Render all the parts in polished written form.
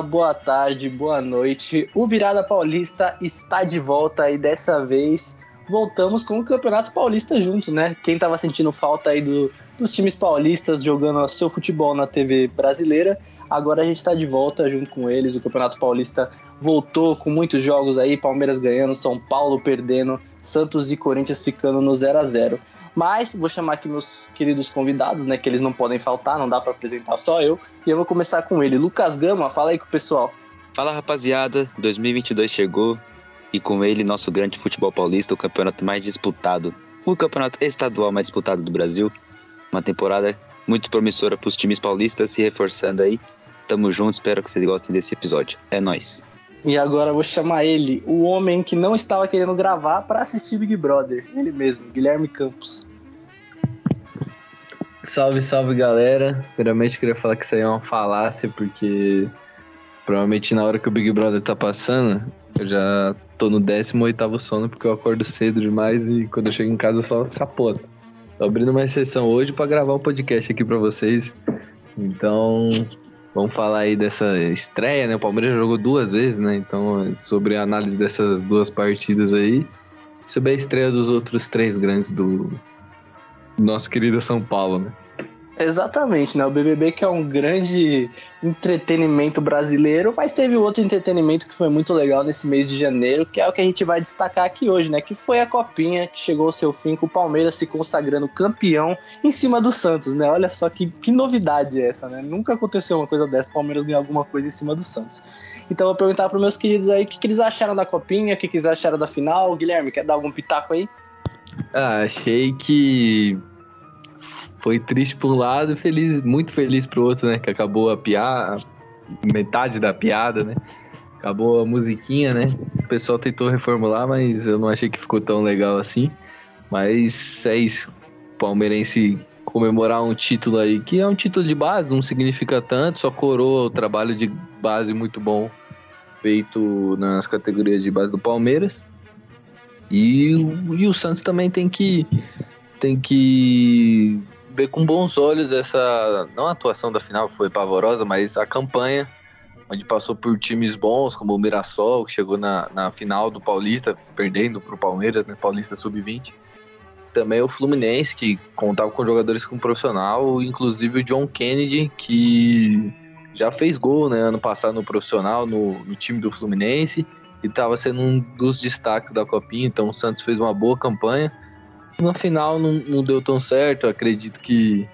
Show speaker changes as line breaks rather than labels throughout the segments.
boa tarde, boa noite. O Virada Paulista está de volta e dessa vez voltamos com o Campeonato Paulista junto, né? Quem tava sentindo falta aí dos times paulistas jogando o seu futebol na TV brasileira, agora a gente tá de volta junto com eles. O Campeonato Paulista voltou com muitos jogos aí, Palmeiras ganhando, São Paulo perdendo, Santos e Corinthians ficando no 0-0. Mas vou chamar aqui meus queridos convidados, né? Que eles não podem faltar, não dá para apresentar só eu. E eu vou começar com ele. Lucas Gama, fala aí com o pessoal.
Fala, rapaziada. 2022 chegou e com ele nosso grande futebol paulista, o campeonato mais disputado. O campeonato estadual mais disputado do Brasil. Uma temporada muito promissora para os times paulistas se reforçando aí. Tamo junto, espero que vocês gostem desse episódio. É nóis.
E agora eu vou chamar ele, o homem que não estava querendo gravar para assistir Big Brother. Ele mesmo, Guilherme Campos.
Salve, salve, galera. Primeiramente queria falar que isso aí é uma falácia, porque provavelmente na hora que o Big Brother tá passando, eu já tô no 18º sono, porque eu acordo cedo demais e quando eu chego em casa eu só capoto. Tô abrindo uma exceção hoje pra gravar um podcast aqui pra vocês. Então, vamos falar aí dessa estreia, né? O Palmeiras jogou 2 vezes, né? Então, sobre a análise dessas 2 partidas aí, sobre a estreia dos outros 3 grandes do nosso querido São Paulo, né?
Exatamente, né? O BBB que é um grande entretenimento brasileiro, mas teve outro entretenimento que foi muito legal nesse mês de janeiro, que é o que a gente vai destacar aqui hoje, né? Que foi a Copinha, que chegou ao seu fim com o Palmeiras se consagrando campeão em cima do Santos, né? Olha só que novidade é essa, né? Nunca aconteceu uma coisa dessa, o Palmeiras ganhar alguma coisa em cima do Santos. Então eu vou perguntar para meus queridos aí o que eles acharam da Copinha, o que eles acharam da final. Guilherme, quer dar algum pitaco aí?
Achei que foi triste por um lado e feliz, muito feliz pro outro, né? Que acabou metade da piada, né? Acabou a musiquinha, né? O pessoal tentou reformular, mas eu não achei que ficou tão legal assim. Mas é isso. O palmeirense comemorar um título aí, que é um título de base, não significa tanto, só coroa o trabalho de base muito bom feito nas categorias de base do Palmeiras. E o Santos também tem que ver com bons olhos essa, não a atuação da final, que foi pavorosa, mas a campanha, onde passou por times bons, como o Mirassol, que chegou na final do Paulista, perdendo para o Palmeiras, né, Paulista Sub-20. Também o Fluminense, que contava com jogadores com profissional, inclusive o John Kennedy, que já fez gol, né, ano passado no profissional, no time do Fluminense, e estava sendo um dos destaques da Copinha, então o Santos fez uma boa campanha. No final não deu tão certo, eu acredito que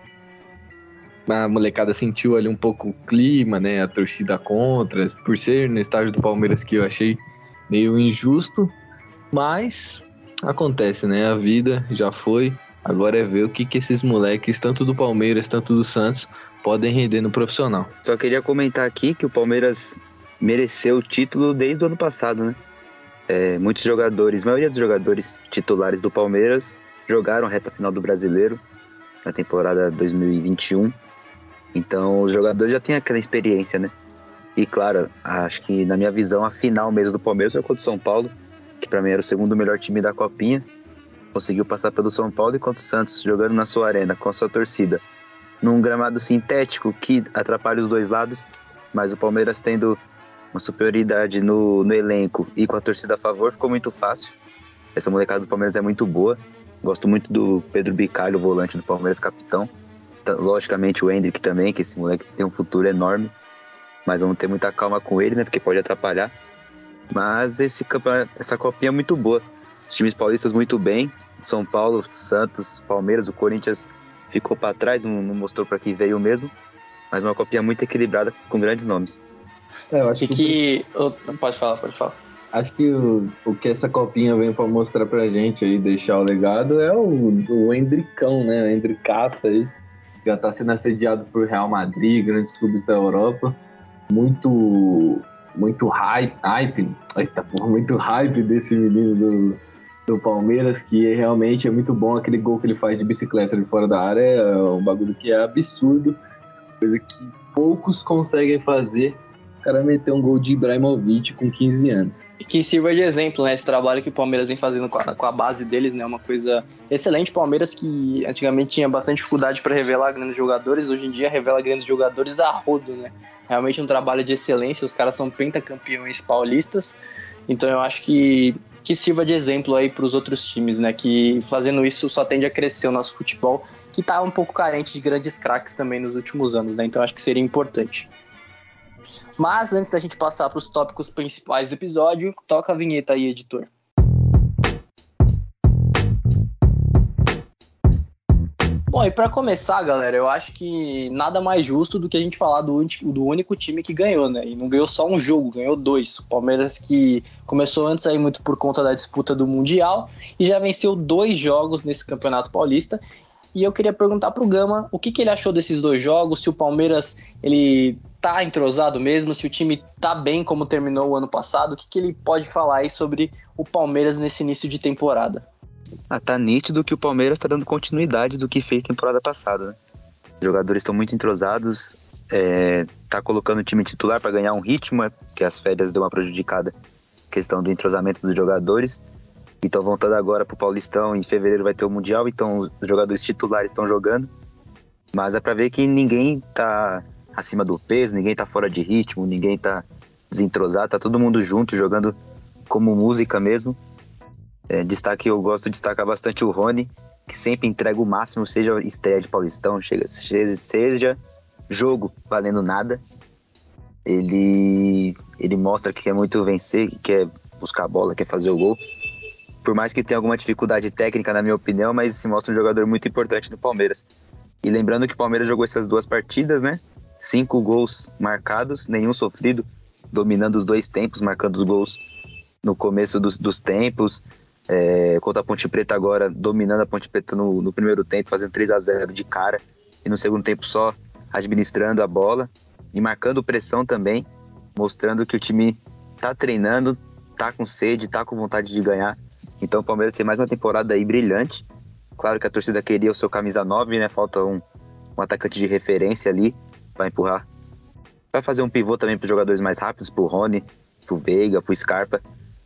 a molecada sentiu ali um pouco o clima, né, a torcida contra, por ser no estádio do Palmeiras, que eu achei meio injusto, mas acontece, né, a vida já foi, agora é ver o que esses moleques, tanto do Palmeiras, tanto do Santos, podem render no profissional.
Só queria comentar aqui que o Palmeiras mereceu o título desde o ano passado, né? Muitos jogadores, a maioria dos jogadores titulares do Palmeiras jogaram reta final do Brasileiro na temporada 2021. Então os jogadores já têm aquela experiência, né? E claro, acho que na minha visão a final mesmo do Palmeiras foi contra o São Paulo, que para mim era o segundo melhor time da Copinha. Conseguiu passar pelo São Paulo, enquanto o Santos jogando na sua arena com a sua torcida, num gramado sintético que atrapalha os dois lados, mas o Palmeiras tendo uma superioridade no elenco e com a torcida a favor, ficou muito fácil. Essa molecada do Palmeiras é muito boa. Gosto muito do Pedro Bicalho, volante do Palmeiras, capitão. Logicamente o Endrick também, que esse moleque tem um futuro enorme. Mas vamos ter muita calma com ele, né? Porque pode atrapalhar. Mas essa Copinha é muito boa. Os times paulistas muito bem. São Paulo, Santos, Palmeiras, o Corinthians ficou para trás, não mostrou para que veio mesmo. Mas uma Copinha muito equilibrada, com grandes nomes.
Eu acho
Pode falar.
Acho que o que essa Copinha vem pra mostrar pra gente aí, deixar o legado, é o Endricão, né? O Endricaça aí. Já tá sendo assediado por Real Madrid, grandes clubes da Europa. Muito hype. Eita porra, muito hype desse menino do Palmeiras, que realmente é muito bom. Aquele gol que ele faz de bicicleta de fora da área é um bagulho que é absurdo. Coisa que poucos conseguem fazer cara meteu um gol de Ibrahimovic com 15 anos.
E que sirva de exemplo, né? Esse trabalho que o Palmeiras vem fazendo com a base deles, né? Uma coisa excelente. O Palmeiras que antigamente tinha bastante dificuldade para revelar grandes jogadores, hoje em dia revela grandes jogadores a rodo, né? Realmente um trabalho de excelência, os caras são pentacampeões paulistas, então eu acho que sirva de exemplo aí para os outros times, né? Que fazendo isso só tende a crescer o nosso futebol, que tá um pouco carente de grandes craques também nos últimos anos, né? Então eu acho que seria importante. Mas antes da gente passar para os tópicos principais do episódio, toca a vinheta aí, editor. Bom, e para começar, galera, eu acho que nada mais justo do que a gente falar do único time que ganhou, né? E não ganhou só um jogo, ganhou 2. O Palmeiras que começou antes aí muito por conta da disputa do Mundial e já venceu 2 jogos nesse Campeonato Paulista. E eu queria perguntar pro Gama o que ele achou desses 2 jogos, se o Palmeiras ele tá entrosado mesmo, se o time tá bem como terminou o ano passado, o que ele pode falar aí sobre o Palmeiras nesse início de temporada?
Tá nítido que o Palmeiras tá dando continuidade do que fez temporada passada, né? Os jogadores estão muito entrosados, tá colocando o time titular para ganhar um ritmo, porque as férias deu uma prejudicada questão do entrosamento dos jogadores. Então voltando agora pro Paulistão, em fevereiro vai ter o Mundial, então os jogadores titulares estão jogando, mas dá pra ver que ninguém tá acima do peso, ninguém tá fora de ritmo, ninguém tá desentrosado, tá todo mundo junto, jogando como música mesmo. Eu gosto de destacar bastante o Rony, que sempre entrega o máximo, seja estreia de Paulistão, seja jogo valendo nada. Ele mostra que quer muito vencer, que quer buscar a bola, quer fazer o gol. Por mais que tenha alguma dificuldade técnica, na minha opinião, mas se mostra um jogador muito importante no Palmeiras. E lembrando que o Palmeiras jogou essas 2 partidas, né? 5 gols marcados, nenhum sofrido, dominando os 2 tempos, marcando os gols no começo dos tempos. Contra a Ponte Preta agora, dominando a Ponte Preta no primeiro tempo, fazendo 3-0 de cara. E no segundo tempo só administrando a bola e marcando pressão também, mostrando que o time tá treinando, tá com sede, tá com vontade de ganhar. Então o Palmeiras tem mais uma temporada aí brilhante. Claro que a torcida queria o seu camisa 9, né? Falta um atacante de referência ali para empurrar. Vai fazer um pivô também para os jogadores mais rápidos, pro Rony, pro Veiga, pro Scarpa.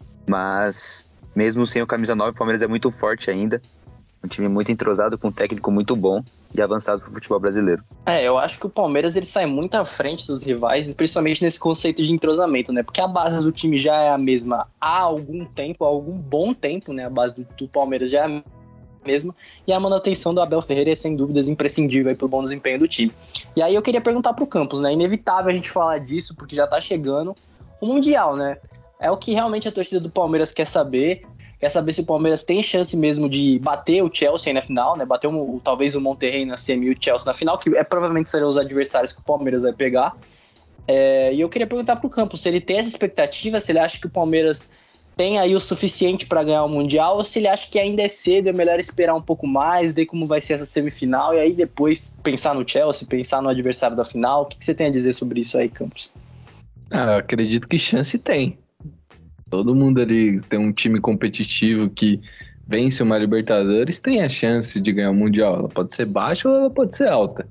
Mas mesmo sem o camisa 9, o Palmeiras é muito forte ainda. Um time muito entrosado, com um técnico muito bom e avançado pro futebol brasileiro.
Eu acho que o Palmeiras ele sai muito à frente dos rivais, principalmente nesse conceito de entrosamento, né? Porque a base do time já é a mesma há algum bom tempo, né? A base do Palmeiras já é a mesma, e a manutenção do Abel Ferreira é sem dúvidas imprescindível para o bom desempenho do time. E aí eu queria perguntar pro Campos, né? Inevitável a gente falar disso, porque já tá chegando o Mundial, né? É o que realmente a torcida do Palmeiras quer saber se o Palmeiras tem chance mesmo de bater o Chelsea aí na final, né? Bater talvez o Monterrey na semi e o Chelsea na final, que provavelmente serão os adversários que o Palmeiras vai pegar. E eu queria perguntar pro Campos se ele tem essa expectativa, se ele acha que o Palmeiras tem aí o suficiente para ganhar o Mundial, ou se ele acha que ainda é cedo, é melhor esperar um pouco mais, ver como vai ser essa semifinal, e aí depois pensar no Chelsea, pensar no adversário da final. O que você tem a dizer sobre isso aí, Campos?
Eu acredito que chance tem. Todo mundo ali tem um time competitivo que vence uma Libertadores, tem a chance de ganhar o Mundial. Ela pode ser baixa ou ela pode ser alta.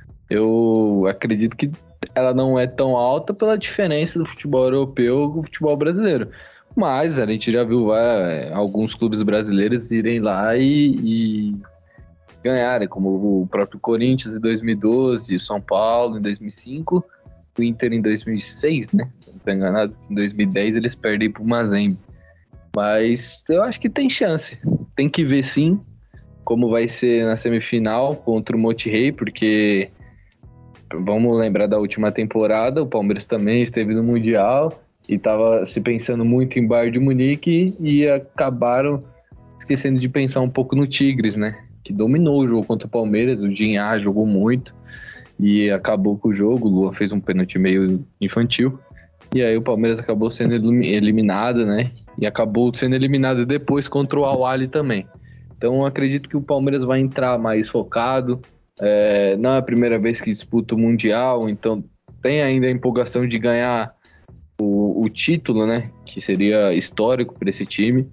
Eu acredito que ela não é tão alta pela diferença do futebol europeu com o futebol brasileiro. Mas a gente já viu alguns clubes brasileiros irem lá e ganharem, como o próprio Corinthians em 2012, o São Paulo em 2005, o Inter em 2006, né? Se não estou enganado, em 2010 eles perdem para o Mazembe. Mas eu acho que tem chance. Tem que ver sim como vai ser na semifinal contra o Monterrey, porque vamos lembrar da última temporada, o Palmeiras também esteve no Mundial e estava se pensando muito em Bayern de Munique e acabaram esquecendo de pensar um pouco no Tigres, né? Que dominou o jogo contra o Palmeiras, o Dinhá jogou muito e acabou com o jogo, o Lua fez um pênalti meio infantil e aí o Palmeiras acabou sendo eliminado, né? E acabou sendo eliminado depois contra o Al-Ahly também. Então eu acredito que o Palmeiras vai entrar mais focado, não é a primeira vez que disputa o Mundial, então tem ainda a empolgação de ganhar o título, né? Que seria histórico para esse time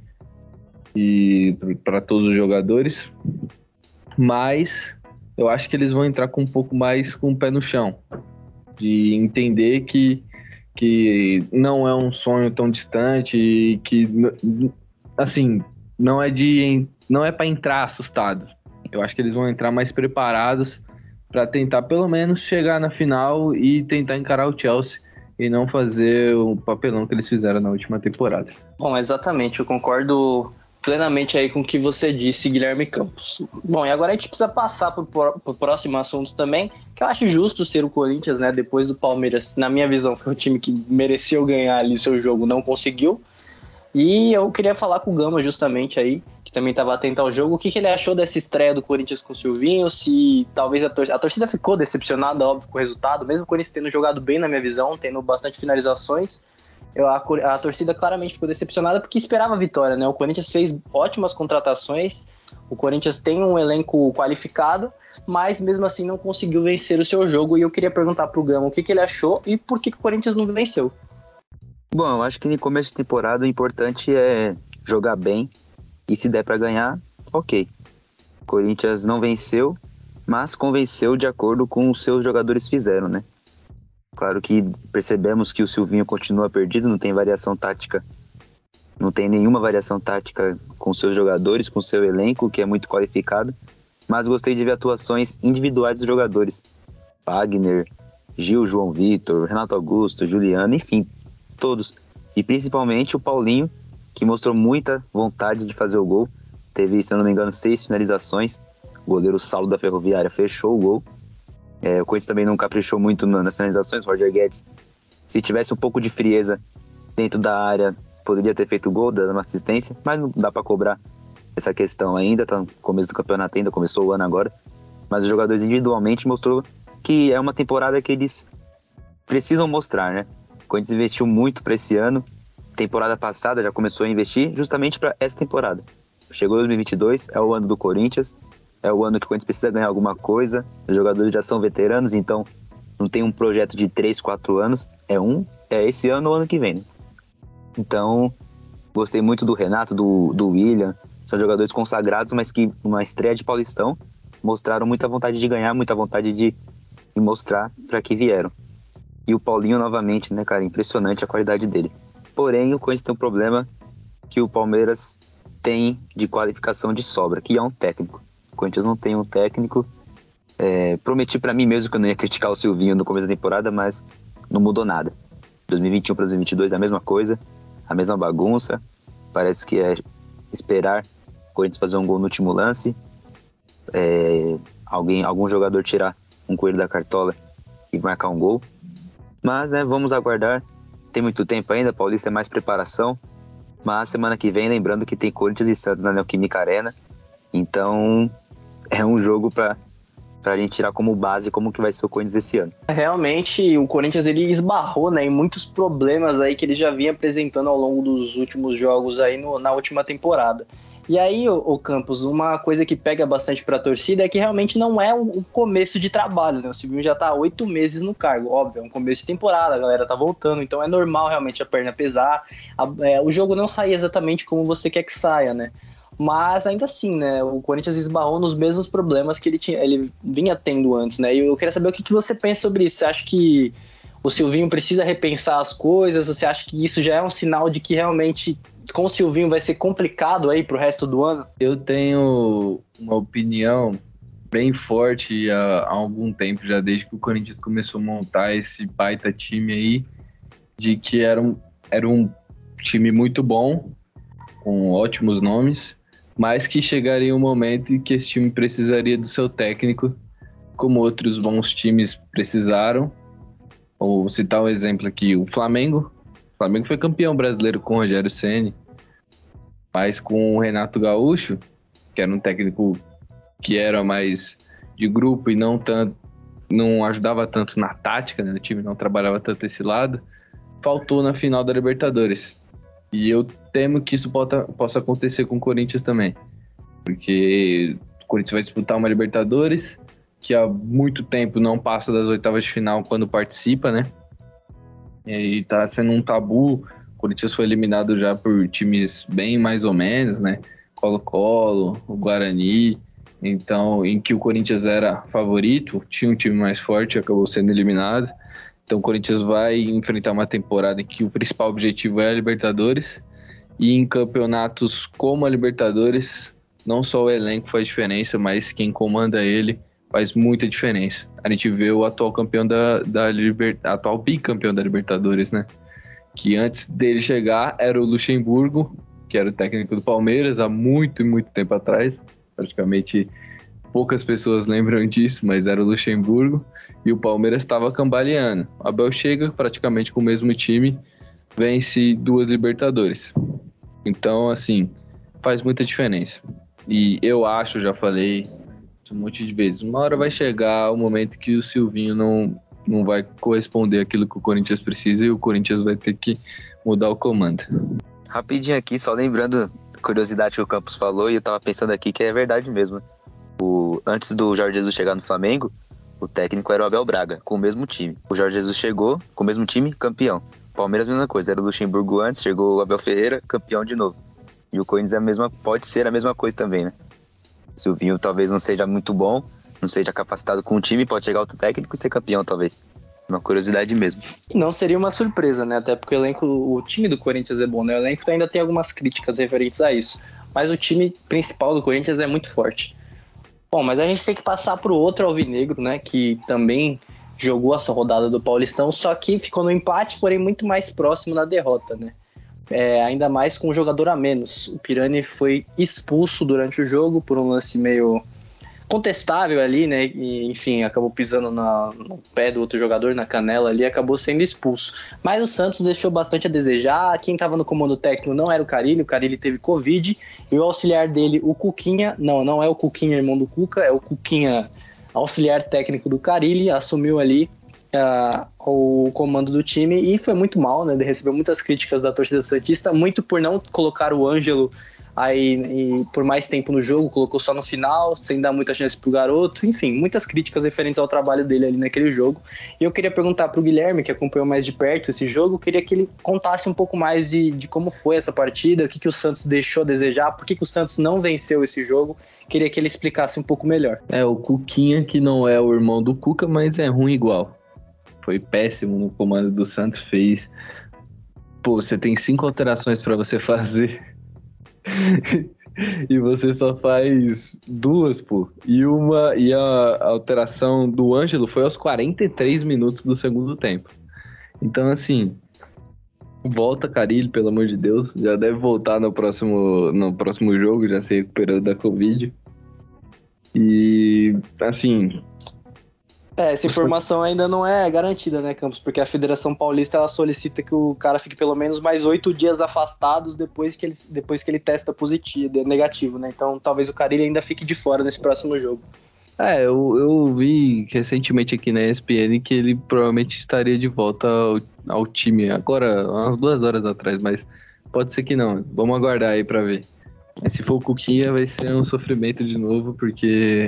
e para todos os jogadores, mas eu acho que eles vão entrar com um pouco mais com o pé no chão, de entender que que não é um sonho tão distante e que, assim, não é para entrar assustado. Eu acho que eles vão entrar mais preparados para tentar pelo menos chegar na final e tentar encarar o Chelsea e não fazer o papelão que eles fizeram na última temporada.
Bom, exatamente, eu concordo plenamente aí com o que você disse, Guilherme Campos. Bom, e agora a gente precisa passar para o próximo assunto também, que eu acho justo ser o Corinthians, né? Depois do Palmeiras, na minha visão, foi o time que mereceu ganhar ali o seu jogo, não conseguiu. E eu queria falar com o Gama justamente aí, que também estava atento ao jogo, o que ele achou dessa estreia do Corinthians com o Silvinho, se talvez a torcida ficou decepcionada, óbvio, com o resultado, mesmo o Corinthians tendo jogado bem na minha visão, tendo bastante finalizações, a torcida claramente ficou decepcionada porque esperava a vitória, né? O Corinthians fez ótimas contratações, o Corinthians tem um elenco qualificado, mas mesmo assim não conseguiu vencer o seu jogo, e eu queria perguntar pro Gama o que ele achou e por que o Corinthians não venceu.
Bom, eu acho que no começo de temporada o importante é jogar bem e se der pra ganhar, ok. O Corinthians não venceu, mas convenceu de acordo com os seus jogadores fizeram, né? Claro que percebemos que o Silvinho continua perdido, não tem variação tática, não tem nenhuma variação tática com seus jogadores, com seu elenco, que é muito qualificado, mas gostei de ver atuações individuais dos jogadores. Wagner, Gil, João Vitor, Renato Augusto, Juliano, enfim, todos. E principalmente o Paulinho, que mostrou muita vontade de fazer o gol. Teve, se eu não me engano, 6 finalizações. O goleiro Saulo da Ferroviária fechou o gol. O Corinthians também não caprichou muito nas finalizações. O Roger Guedes, se tivesse um pouco de frieza dentro da área, poderia ter feito o gol, dando uma assistência, mas não dá para cobrar essa questão ainda. Tá no começo do campeonato ainda, começou o ano agora. Mas os jogadores individualmente mostrou que é uma temporada que eles precisam mostrar, né? O Corinthians investiu muito para esse ano. Temporada passada já começou a investir justamente para essa temporada. Chegou 2022, é o ano do Corinthians, é o ano que o Corinthians precisa ganhar alguma coisa. Os jogadores já são veteranos, então não tem um projeto de 3, 4 anos. É esse ano ou ano que vem, né? Então, gostei muito do Renato, do William. São jogadores consagrados, mas que numa estreia de Paulistão mostraram muita vontade de ganhar, muita vontade de mostrar para que vieram. E o Paulinho novamente, né, cara? Impressionante a qualidade dele. Porém, o Corinthians tem um problema que o Palmeiras tem de qualificação de sobra, que é um técnico. O Corinthians não tem um técnico. Prometi pra mim mesmo que eu não ia criticar o Silvinho no começo da temporada, mas não mudou nada. 2021 para 2022 é a mesma coisa, a mesma bagunça. Parece que é esperar o Corinthians fazer um gol no último lance, algum jogador tirar um coelho da cartola e marcar um gol. Mas, né, vamos aguardar. Tem muito tempo ainda, Paulista é mais preparação. Mas semana que vem, lembrando que tem Corinthians e Santos na Neoquímica Arena. Então, é um jogo pra gente tirar como base como que vai ser o Corinthians esse ano.
Realmente, o Corinthians ele esbarrou, né, em muitos problemas aí que ele já vinha apresentando ao longo dos últimos jogos aí na última temporada. E aí, o Campos, uma coisa que pega bastante pra torcida é que realmente não é o começo de trabalho, né? O Silvinho já tá há 8 meses no cargo, óbvio, é um começo de temporada, a galera tá voltando, então é normal realmente a perna pesar, o jogo não sair exatamente como você quer que saia, né? Mas ainda assim, né, o Corinthians esbarrou nos mesmos problemas que ele vinha tendo antes, né? E eu queria saber o que você pensa sobre isso. Você acha que o Silvinho precisa repensar as coisas? Você acha que isso já é um sinal de que realmente com o Silvinho vai ser complicado aí pro resto do ano?
Eu tenho uma opinião bem forte há algum tempo, já desde que o Corinthians começou a montar esse baita time aí, de que era um time muito bom, com ótimos nomes, mas que chegaria um momento em que esse time precisaria do seu técnico, como outros bons times precisaram. Vou citar um exemplo aqui, o Flamengo. O Flamengo foi campeão brasileiro com o Rogério Ceni, mas com o Renato Gaúcho, que era um técnico que era mais de grupo e não ajudava tanto na tática, né? O time não trabalhava tanto esse lado, faltou na final da Libertadores. E eu temo que isso possa acontecer com o Corinthians também, porque o Corinthians vai disputar uma Libertadores que há muito tempo não passa das oitavas de final quando participa, né? E tá sendo um tabu. O Corinthians foi eliminado já por times bem mais ou menos, né? Colo-Colo, o Guarani. Então, em que o Corinthians era favorito, tinha um time mais forte, acabou sendo eliminado. Então o Corinthians vai enfrentar uma temporada em que o principal objetivo é a Libertadores, e em campeonatos como a Libertadores, não só o elenco faz diferença, mas quem comanda ele faz muita diferença. A gente vê o atual campeão atual bicampeão da Libertadores, né? Que antes dele chegar era o Luxemburgo, que era o técnico do Palmeiras há muito tempo atrás. Praticamente poucas pessoas lembram disso, mas era o Luxemburgo. E o Palmeiras estava cambaleando. O Abel chega praticamente com o mesmo time, vence 2 Libertadores. Então, assim, faz muita diferença. E eu acho, já falei um monte de vezes, uma hora vai chegar o momento que o Silvinho não vai corresponder àquilo que o Corinthians precisa e o Corinthians vai ter que mudar o comando.
Rapidinho aqui, só lembrando a curiosidade que o Campos falou, e eu tava pensando aqui que é verdade mesmo. Antes do Jorge Jesus chegar no Flamengo, o técnico era o Abel Braga, com o mesmo time. O Jorge Jesus chegou com o mesmo time, campeão. Palmeiras, mesma coisa, era o Luxemburgo antes, chegou o Abel Ferreira, campeão de novo. E o Corinthians pode ser a mesma coisa também, né? O Silvinho talvez não seja muito bom, não seja capacitado com o time, pode chegar outro técnico e ser campeão, talvez. Uma curiosidade mesmo.
E não seria uma surpresa, né? Até porque o time do Corinthians é bom, né? O elenco ainda tem algumas críticas referentes a isso. Mas o time principal do Corinthians é muito forte. Bom, mas a gente tem que passar pro outro alvinegro, né? Que também jogou essa rodada do Paulistão, só que ficou no empate, porém muito mais próximo na derrota, né? Ainda mais com um jogador a menos. O Pirani foi expulso durante o jogo por um lance meio contestável ali, né? E, enfim, acabou pisando no pé do outro jogador, na canela ali, acabou sendo expulso. Mas o Santos deixou bastante a desejar. Quem estava no comando técnico não era o Carille teve Covid, e o auxiliar dele, o Cuquinha, não é o Cuquinha, irmão do Cuca, é o Cuquinha, auxiliar técnico do Carille, assumiu ali o comando do time e foi muito mal, né? Ele recebeu muitas críticas da torcida santista, muito por não colocar o Ângelo aí por mais tempo no jogo, colocou só no final, sem dar muita chance pro garoto, enfim, muitas críticas referentes ao trabalho dele ali naquele jogo. E eu queria perguntar pro Guilherme, que acompanhou mais de perto esse jogo, eu queria que ele contasse um pouco mais de como foi essa partida, o que o Santos deixou a desejar, por que o Santos não venceu esse jogo. Queria que ele explicasse um pouco melhor.
O Cuquinha, que não é o irmão do Cuca, mas é ruim igual. Foi péssimo no comando do Santos, fez... Pô, você tem 5 alterações pra você fazer e você só faz 2, pô. E a alteração do Ângelo foi aos 43 minutos do segundo tempo. Então, assim, volta Carille, pelo amor de Deus. Já deve voltar no próximo jogo, já se recuperando da Covid. E, assim...
Essa informação ainda não é garantida, né, Campos? Porque a Federação Paulista ela solicita que o cara fique pelo menos mais 8 dias afastados depois que ele testa negativo, né? Então talvez o Carille ainda fique de fora nesse próximo jogo.
Eu vi recentemente aqui na ESPN que ele provavelmente estaria de volta ao time agora, umas 2 horas atrás, mas pode ser que não. Vamos aguardar aí pra ver. Mas se for o Cuquinha vai ser um sofrimento de novo, porque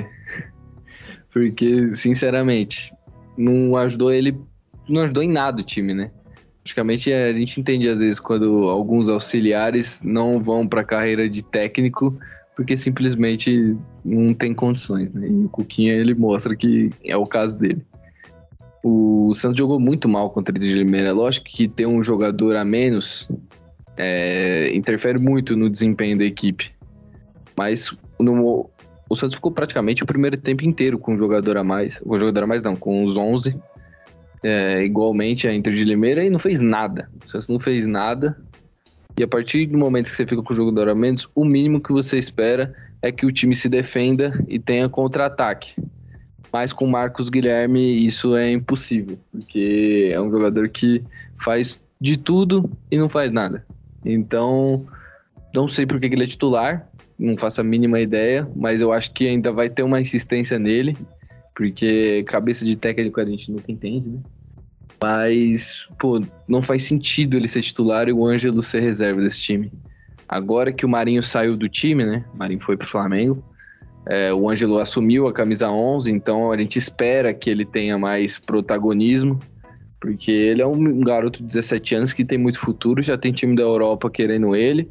sinceramente, não ajudou em nada o time, né? Praticamente a gente entende às vezes quando alguns auxiliares não vão para a carreira de técnico porque simplesmente não tem condições, né? E o Cuquinha, ele mostra que é o caso dele. O Santos jogou muito mal contra o Inter de Limeira. Lógico que ter um jogador a menos interfere muito no desempenho da equipe, mas o Santos ficou praticamente o primeiro tempo inteiro com um jogador a mais. Com os 11. Igualmente a Inter de Limeira, e não fez nada. O Santos não fez nada. E a partir do momento que você fica com o jogador a menos, o mínimo que você espera é que o time se defenda e tenha contra-ataque. Mas com o Marcos Guilherme isso é impossível, porque é um jogador que faz de tudo e não faz nada. Então, não sei por que ele é titular. Não faço a mínima ideia, mas eu acho que ainda vai ter uma insistência nele, porque cabeça de técnico a gente nunca entende, né? Mas, pô, não faz sentido ele ser titular e o Ângelo ser reserva desse time. Agora que o Marinho saiu do time, né? O Marinho foi pro Flamengo, o Ângelo assumiu a camisa 11, então a gente espera que ele tenha mais protagonismo, porque ele é um garoto de 17 anos que tem muito futuro, já tem time da Europa querendo ele.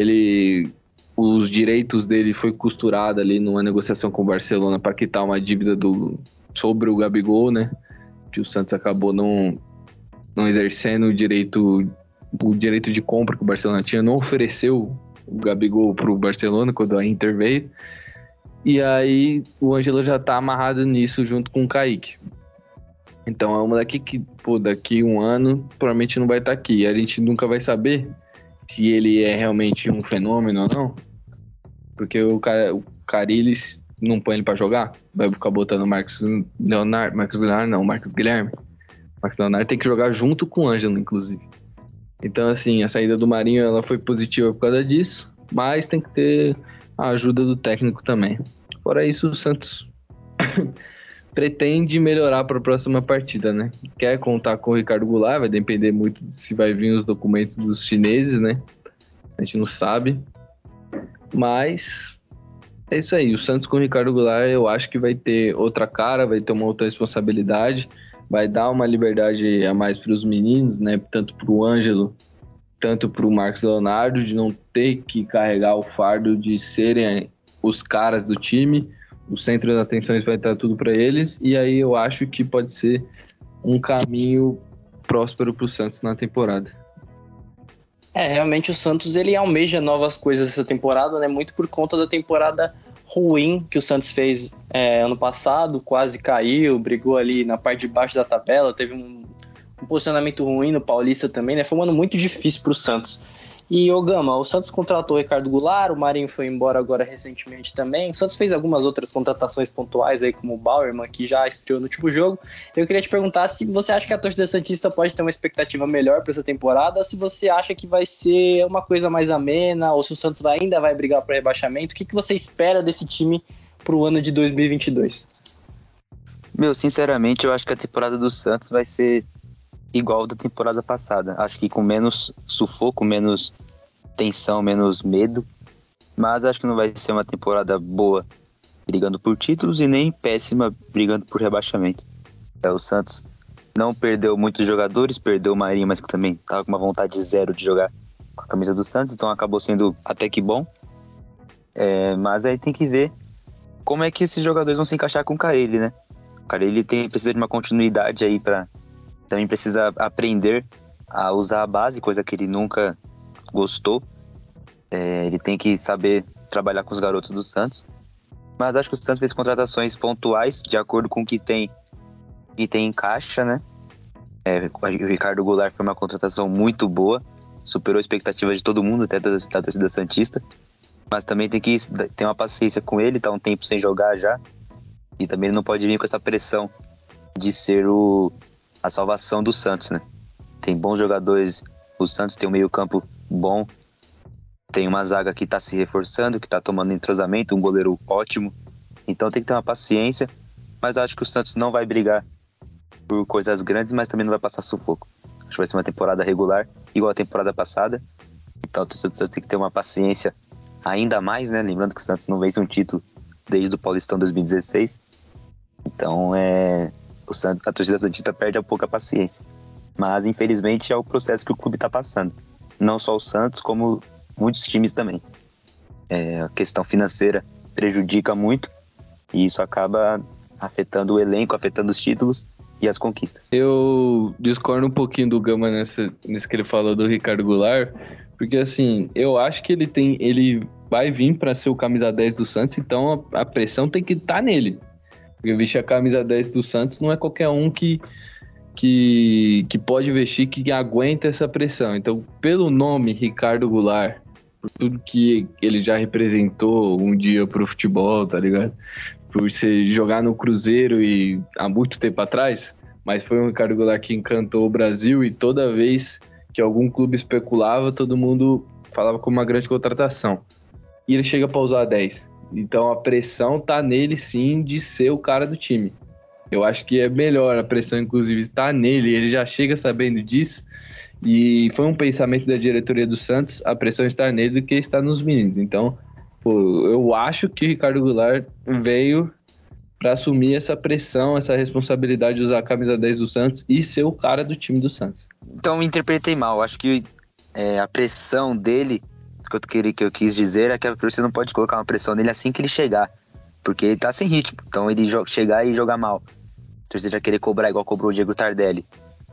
Os direitos dele foi costurado ali numa negociação com o Barcelona para quitar uma dívida sobre o Gabigol, né? Que o Santos acabou não não exercendo o direito de compra que o Barcelona tinha, não ofereceu o Gabigol pro Barcelona quando a Inter veio. E aí o Ângelo já tá amarrado nisso junto com o Kaique. Então é uma daqui um ano provavelmente não vai estar aqui. A gente nunca vai saber se ele é realmente um fenômeno ou não. Porque o Carille não põe ele pra jogar. Vai ficar botando o Marcos Leonardo não, Marcos Guilherme. Marcos Leonardo tem que jogar junto com o Ângelo, inclusive. Então, assim, a saída do Marinho ela foi positiva por causa disso, mas tem que ter a ajuda do técnico também. Fora isso, o Santos pretende melhorar para a próxima partida, né? Quer contar com o Ricardo Goulart, vai depender muito de se vai vir os documentos dos chineses, né? A gente não sabe. Mas é isso aí. O Santos com o Ricardo Goulart eu acho que vai ter outra cara, vai ter uma outra responsabilidade, vai dar uma liberdade a mais para os meninos, né? Tanto para o Ângelo, tanto para o Marcos Leonardo, de não ter que carregar o fardo de serem os caras do time. O centro das atenções vai estar tudo para eles. E aí eu acho que pode ser um caminho próspero para o Santos na temporada.
Realmente o Santos ele almeja novas coisas essa temporada, né? Muito por conta da temporada ruim que o Santos fez ano passado, quase caiu, brigou ali na parte de baixo da tabela, teve um posicionamento ruim no Paulista também, né? Foi um ano muito difícil para o Santos. E, Gama, o Santos contratou o Ricardo Goulart, o Marinho foi embora agora recentemente também. O Santos fez algumas outras contratações pontuais aí, como o Bauerman, que já estreou no último jogo. Eu queria te perguntar se você acha que a torcida santista pode ter uma expectativa melhor para essa temporada, ou se você acha que vai ser uma coisa mais amena, ou se o Santos ainda vai brigar para rebaixamento. O que você espera desse time para o ano de 2022?
Sinceramente, eu acho que a temporada do Santos vai ser igual da temporada passada. Acho que com menos sufoco, menos tensão, menos medo. Mas acho que não vai ser uma temporada boa brigando por títulos e nem péssima brigando por rebaixamento. O Santos não perdeu muitos jogadores, perdeu o Marinho, mas que também estava com uma vontade zero de jogar com a camisa do Santos, então acabou sendo até que bom. Mas aí tem que ver como é que esses jogadores vão se encaixar com o Carille, né? O Carille precisa de uma continuidade aí também precisa aprender a usar a base, coisa que ele nunca gostou. Ele tem que saber trabalhar com os garotos do Santos. Mas acho que o Santos fez contratações pontuais, de acordo com o que tem em caixa, né? O Ricardo Goulart foi uma contratação muito boa, superou a expectativa de todo mundo, até da torcida santista. Mas também tem que ter uma paciência com ele, tá um tempo sem jogar já. E também ele não pode vir com essa pressão de ser a salvação do Santos, né? Tem bons jogadores, o Santos tem um meio-campo bom, tem uma zaga que tá se reforçando, que tá tomando entrosamento, um goleiro ótimo, então tem que ter uma paciência, mas eu acho que o Santos não vai brigar por coisas grandes, mas também não vai passar sufoco. Acho que vai ser uma temporada regular, igual a temporada passada, então o Santos tem que ter uma paciência ainda mais, né? Lembrando que o Santos não vence um título desde o Paulistão 2016, então a torcida santista perde um pouco a paciência. Mas, infelizmente, é o processo que o clube está passando. Não só o Santos, como muitos times também. A questão financeira prejudica muito e isso acaba afetando o elenco, afetando os títulos e as conquistas.
Eu discordo um pouquinho do Gama nesse que ele falou do Ricardo Goulart, porque, assim, eu acho que ele vai vir para ser o camisa 10 do Santos, então a pressão tem que estar nele. Porque vestir a camisa 10 do Santos não é qualquer um que pode vestir, que aguenta essa pressão. Então, pelo nome Ricardo Goulart, por tudo que ele já representou um dia pro futebol, tá ligado? Por jogar no Cruzeiro e há muito tempo atrás, mas foi um Ricardo Goulart que encantou o Brasil e toda vez que algum clube especulava, todo mundo falava como uma grande contratação. E ele chega pra usar 10. Então a pressão tá nele sim de ser o cara do time. Eu acho que é melhor a pressão inclusive estar nele, ele já chega sabendo disso. E foi um pensamento da diretoria do Santos, a pressão estar nele do que estar nos meninos. Então, eu acho que o Ricardo Goulart veio para assumir essa pressão, essa responsabilidade de usar a camisa 10 do Santos e ser o cara do time do Santos.
Então eu interpretei mal, acho que a pressão dele, que eu quis dizer é que você não pode colocar uma pressão nele assim que ele chegar, porque ele tá sem ritmo, então ele chegar e jogar mal, então você já querer cobrar igual cobrou o Diego Tardelli,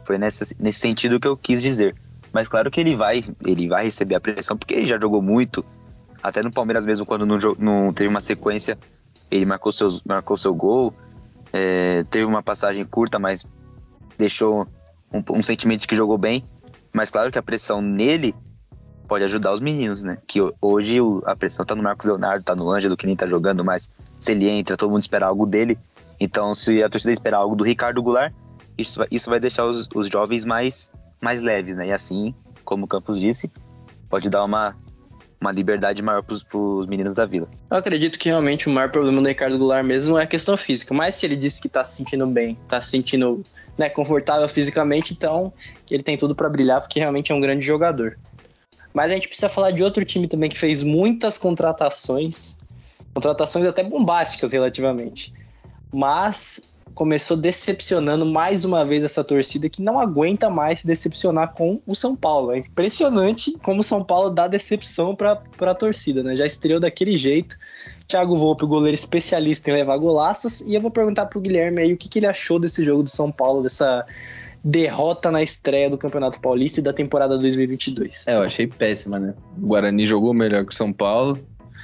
Foi nesse sentido que eu quis dizer. Mas claro que ele vai receber a pressão, porque ele já jogou muito. Até no Palmeiras mesmo, quando não teve uma sequência, ele marcou seu gol. Teve uma passagem curta, mas deixou um sentimento de que jogou bem. Mas claro que a pressão nele pode ajudar os meninos, né? Que hoje a pressão tá no Marcos Leonardo, tá no Ângelo, que nem tá jogando, mas se ele entra, todo mundo espera algo dele. Então, se a torcida esperar algo do Ricardo Goulart, isso vai deixar os jovens mais leves, né? E assim, como o Campos disse, pode dar uma liberdade maior pros meninos da Vila.
Eu acredito que realmente o maior problema do Ricardo Goulart mesmo é a questão física. Mas se ele disse que tá se sentindo bem, tá se sentindo, né, confortável fisicamente, então ele tem tudo pra brilhar, porque realmente é um grande jogador. Mas a gente precisa falar de outro time também que fez muitas contratações até bombásticas relativamente. Mas começou decepcionando mais uma vez essa torcida que não aguenta mais se decepcionar com o São Paulo. É impressionante como o São Paulo dá decepção para a torcida, né? Já estreou daquele jeito. Thiago Volpe, o goleiro especialista em levar golaços. E eu vou perguntar pro Guilherme aí o que ele achou desse jogo do São Paulo, dessa derrota na estreia do Campeonato Paulista e da temporada 2022.
Eu achei péssima, né? O Guarani jogou melhor que o São Paulo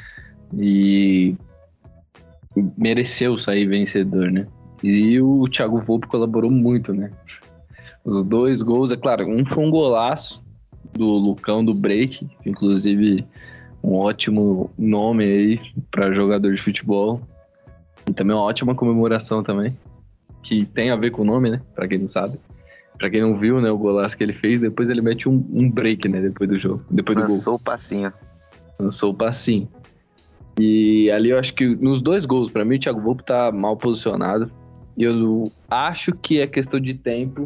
e mereceu sair vencedor, né? E o Thiago Volpe colaborou muito, né? Os 2 gols, é claro, um foi um golaço do Lucão do Break, inclusive um ótimo nome aí para jogador de futebol. E também uma ótima comemoração também, que tem a ver com o nome, né? Para quem não sabe. Para quem não viu, né, o golaço que ele fez, depois ele mete um break, né, depois do jogo, depois do gol. Lançou o passinho. E ali eu acho que nos 2 gols, para mim o Thiago Volpe tá mal posicionado. E eu acho que é questão de tempo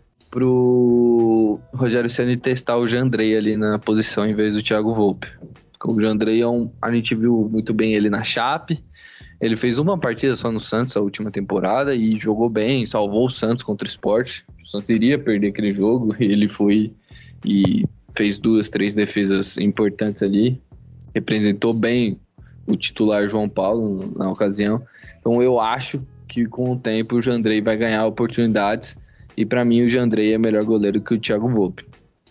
pro Rogério Ceni testar o Jandrei ali na posição em vez do Thiago Volpe. O Jandrei a gente viu muito bem ele na Chape. Ele fez uma partida só no Santos a última temporada e jogou bem, salvou o Santos contra o Sport. O Santos iria perder aquele jogo, ele foi e fez 2, 3 defesas importantes ali. Representou bem o titular João Paulo na ocasião. Então eu acho que com o tempo o Jandrei vai ganhar oportunidades e para mim o Jandrei é melhor goleiro que o Thiago Volpe.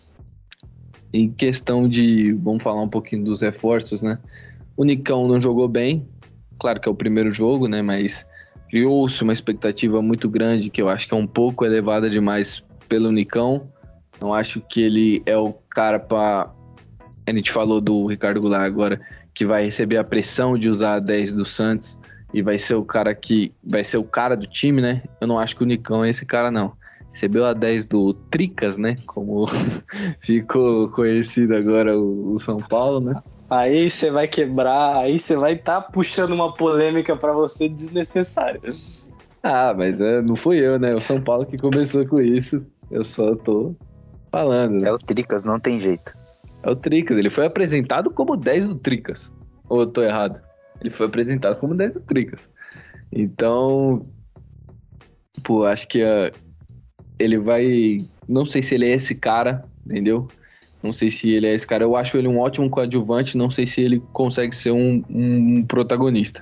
Em questão de, vamos falar um pouquinho dos reforços, né? O Nicão não jogou bem, claro que é o primeiro jogo, né? Mas criou-se uma expectativa muito grande que eu acho que é um pouco elevada demais pelo Nicão. Não acho que ele é o cara para... A gente falou do Ricardo Goulart agora, que vai receber a pressão de usar a 10 do Santos e vai ser o cara que vai ser o cara do time, né? Eu não acho que o Nicão é esse cara, não. Recebeu a 10 do Tricas, né? Como ficou conhecido agora o São Paulo, né?
Aí você vai quebrar, aí você vai estar puxando uma polêmica pra você desnecessária.
Ah, mas não fui eu, né? O São Paulo que começou com isso. Eu só tô falando, né?
É o Tricas, não tem jeito.
É o Tricas, ele foi apresentado como 10 do Tricas. Ou eu tô errado? Ele foi apresentado como 10 do Tricas. Então, pô, acho que ele vai... Não sei se ele é esse cara, entendeu? Não sei se ele é esse cara. Eu acho ele um ótimo coadjuvante, não sei se ele consegue ser um protagonista.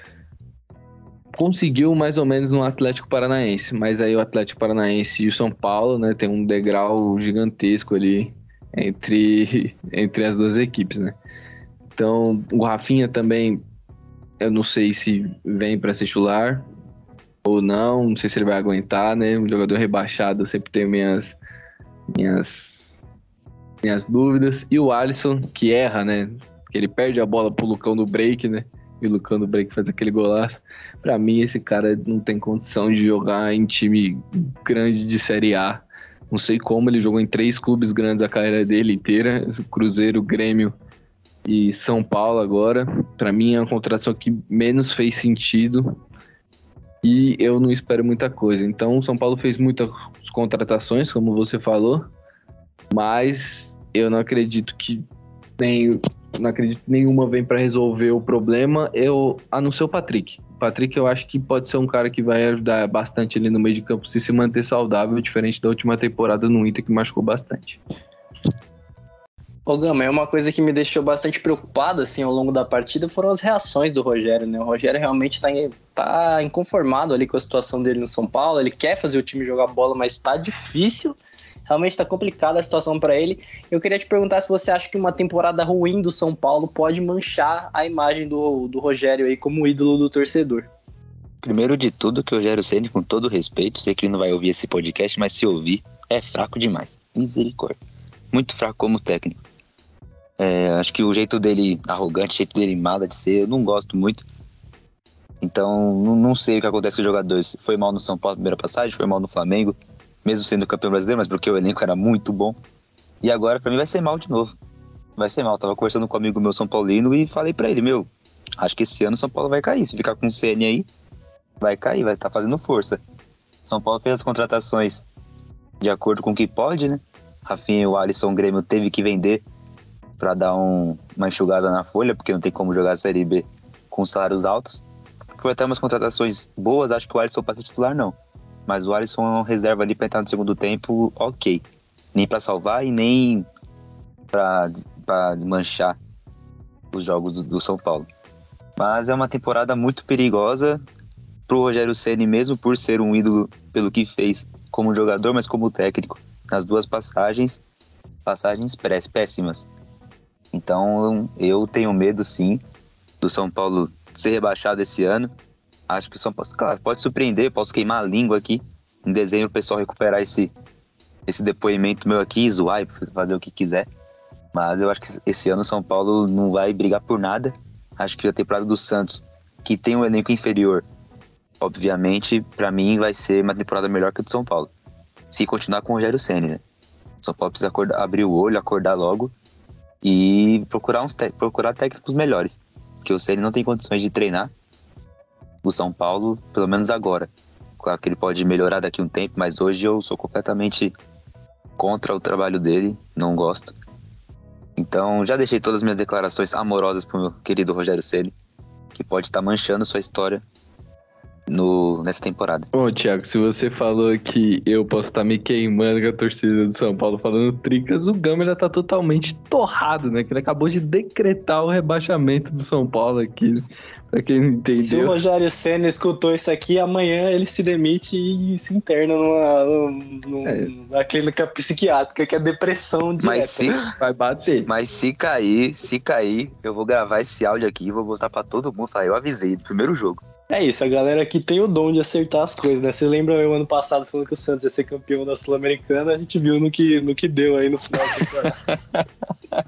Conseguiu mais ou menos no Atlético Paranaense, mas aí o Atlético Paranaense e o São Paulo, né, tem um degrau gigantesco ali entre as 2 equipes, né? Então, o Rafinha também, eu não sei se vem para ser titular ou não sei se ele vai aguentar, né? Um jogador rebaixado, eu sempre tenho minhas dúvidas. E o Alisson, que erra, né? Que ele perde a bola pro Lucão do break, né? E o Lucão do break faz aquele golaço. Pra mim, esse cara não tem condição de jogar em time grande de Série A. Não sei como, ele jogou em 3 clubes grandes a carreira dele inteira. Cruzeiro, Grêmio e São Paulo agora. Pra mim, é uma contratação que menos fez sentido. E eu não espero muita coisa. Então, o São Paulo fez muitas contratações, como você falou. Mas eu não acredito que nenhuma vem para resolver o problema, a não ser o Patrick. O Patrick eu acho que pode ser um cara que vai ajudar bastante ali no meio de campo se manter saudável, diferente da última temporada no Inter que machucou bastante.
Ô Gama, uma coisa que me deixou bastante preocupado assim, ao longo da partida foram as reações do Rogério, né? O Rogério realmente tá inconformado ali com a situação dele no São Paulo, ele quer fazer o time jogar bola, mas tá difícil, realmente tá complicada a situação para ele. Eu queria te perguntar se você acha que uma temporada ruim do São Paulo pode manchar a imagem do Rogério aí como ídolo do torcedor.
Primeiro de tudo, que o Rogério Ceni, com todo respeito, sei que ele não vai ouvir esse podcast, mas se ouvir, é fraco demais. Misericórdia. Muito fraco como técnico. Acho que o jeito dele arrogante, o jeito dele mala de ser, eu não gosto muito. Então, não sei o que acontece com os jogadores. Foi mal no São Paulo na primeira passagem, foi mal no Flamengo, mesmo sendo campeão brasileiro, mas porque o elenco era muito bom. E agora, pra mim, vai ser mal de novo. Vai ser mal. Tava conversando com um amigo meu São Paulino e falei pra ele, acho que esse ano o São Paulo vai cair. Se ficar com o CN aí, vai cair, vai estar fazendo força. São Paulo fez as contratações de acordo com o que pode, né? Rafinha e o Alisson, o Grêmio teve que vender para dar uma enxugada na folha, porque não tem como jogar a Série B com salários altos. Foi até umas contratações boas, acho que o Alisson para ser titular não. Mas o Alisson é uma reserva ali para entrar no segundo tempo, ok. Nem para salvar e nem para desmanchar os jogos do São Paulo. Mas é uma temporada muito perigosa pro Rogério Ceni mesmo, por ser um ídolo pelo que fez como jogador, mas como técnico. Nas duas passagens péssimas. Então, eu tenho medo, sim, do São Paulo ser rebaixado esse ano. Acho que o São Paulo, claro, pode surpreender, posso queimar a língua aqui. Em dezembro, o pessoal recuperar esse depoimento meu aqui, zoar e fazer o que quiser. Mas eu acho que esse ano o São Paulo não vai brigar por nada. Acho que a temporada do Santos, que tem um elenco inferior, obviamente, pra mim, vai ser uma temporada melhor que a do São Paulo. Se continuar com o Rogério Ceni, né? O São Paulo precisa abrir o olho, acordar logo e procurar técnicos melhores, porque o Ceni não tem condições de treinar o São Paulo, pelo menos agora. Claro que ele pode melhorar daqui a um tempo, mas hoje eu sou completamente contra o trabalho dele, não gosto. Então já deixei todas as minhas declarações amorosas pro meu querido Rogério Ceni, que pode estar manchando sua história nessa temporada.
Bom, Thiago, se você falou que eu posso estar me queimando com a torcida do São Paulo falando tricas, o Gama já tá totalmente torrado, né? Que ele acabou de decretar o rebaixamento do São Paulo aqui, pra quem não entendeu.
Se o Rogério Ceni escutou isso aqui, amanhã ele se demite e se interna numa clínica psiquiátrica, que é depressão direta.
Vai bater.
Mas se cair, eu vou gravar esse áudio aqui e vou mostrar pra todo mundo. Eu avisei no primeiro jogo.
É isso, a galera aqui tem o dom de acertar as coisas, né? Você lembra eu ano passado falando que o Santos ia ser campeão da Sul-Americana? A gente viu no que deu aí no final da temporada.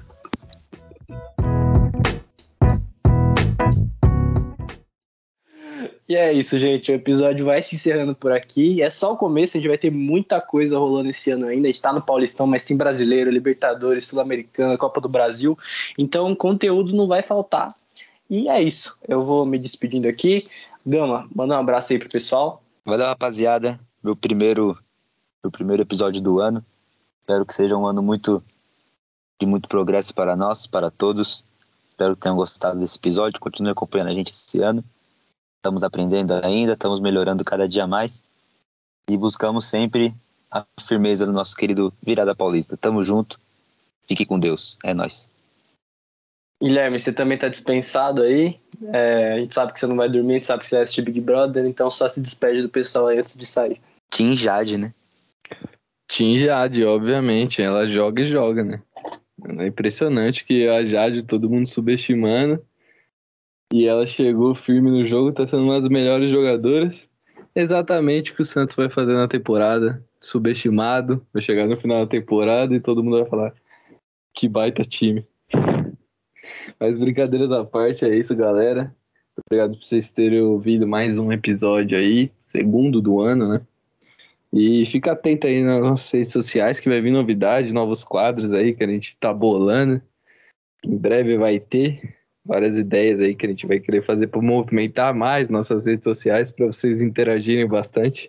E é isso, gente. O episódio vai se encerrando por aqui. É só o começo, a gente vai ter muita coisa rolando esse ano ainda. A gente tá no Paulistão, mas tem Brasileiro, Libertadores, Sul-Americana, Copa do Brasil. Então, conteúdo não vai faltar. E é isso. Eu vou me despedindo aqui. Gama, manda um abraço aí pro pessoal.
Valeu, rapaziada. Meu primeiro episódio do ano. Espero que seja um ano de muito progresso para nós, para todos. Espero que tenham gostado desse episódio. Continue acompanhando a gente esse ano. Estamos aprendendo ainda, estamos melhorando cada dia mais. E buscamos sempre a firmeza do nosso querido Virada Paulista. Tamo junto. Fique com Deus. É nóis.
Guilherme, você também tá dispensado aí. A gente sabe que você não vai dormir, a gente sabe que você vai assistir Big Brother, então só se despede do pessoal aí antes de sair.
Team Jade, né?
Team Jade, obviamente. Ela joga e joga, né? É impressionante que a Jade, todo mundo subestimando. E ela chegou firme no jogo, tá sendo uma das melhores jogadoras. Exatamente o que o Santos vai fazer na temporada. Subestimado. Vai chegar no final da temporada e todo mundo vai falar: que baita time. Mas brincadeiras à parte, é isso, galera. Obrigado por vocês terem ouvido mais um episódio aí, segundo do ano, né? E fica atento aí nas nossas redes sociais que vai vir novidade, novos quadros aí que a gente tá bolando. Em breve vai ter várias ideias aí que a gente vai querer fazer para movimentar mais nossas redes sociais, para vocês interagirem bastante.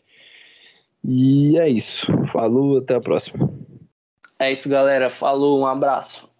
E é isso. Falou, até a próxima.
É isso, galera. Falou, um abraço.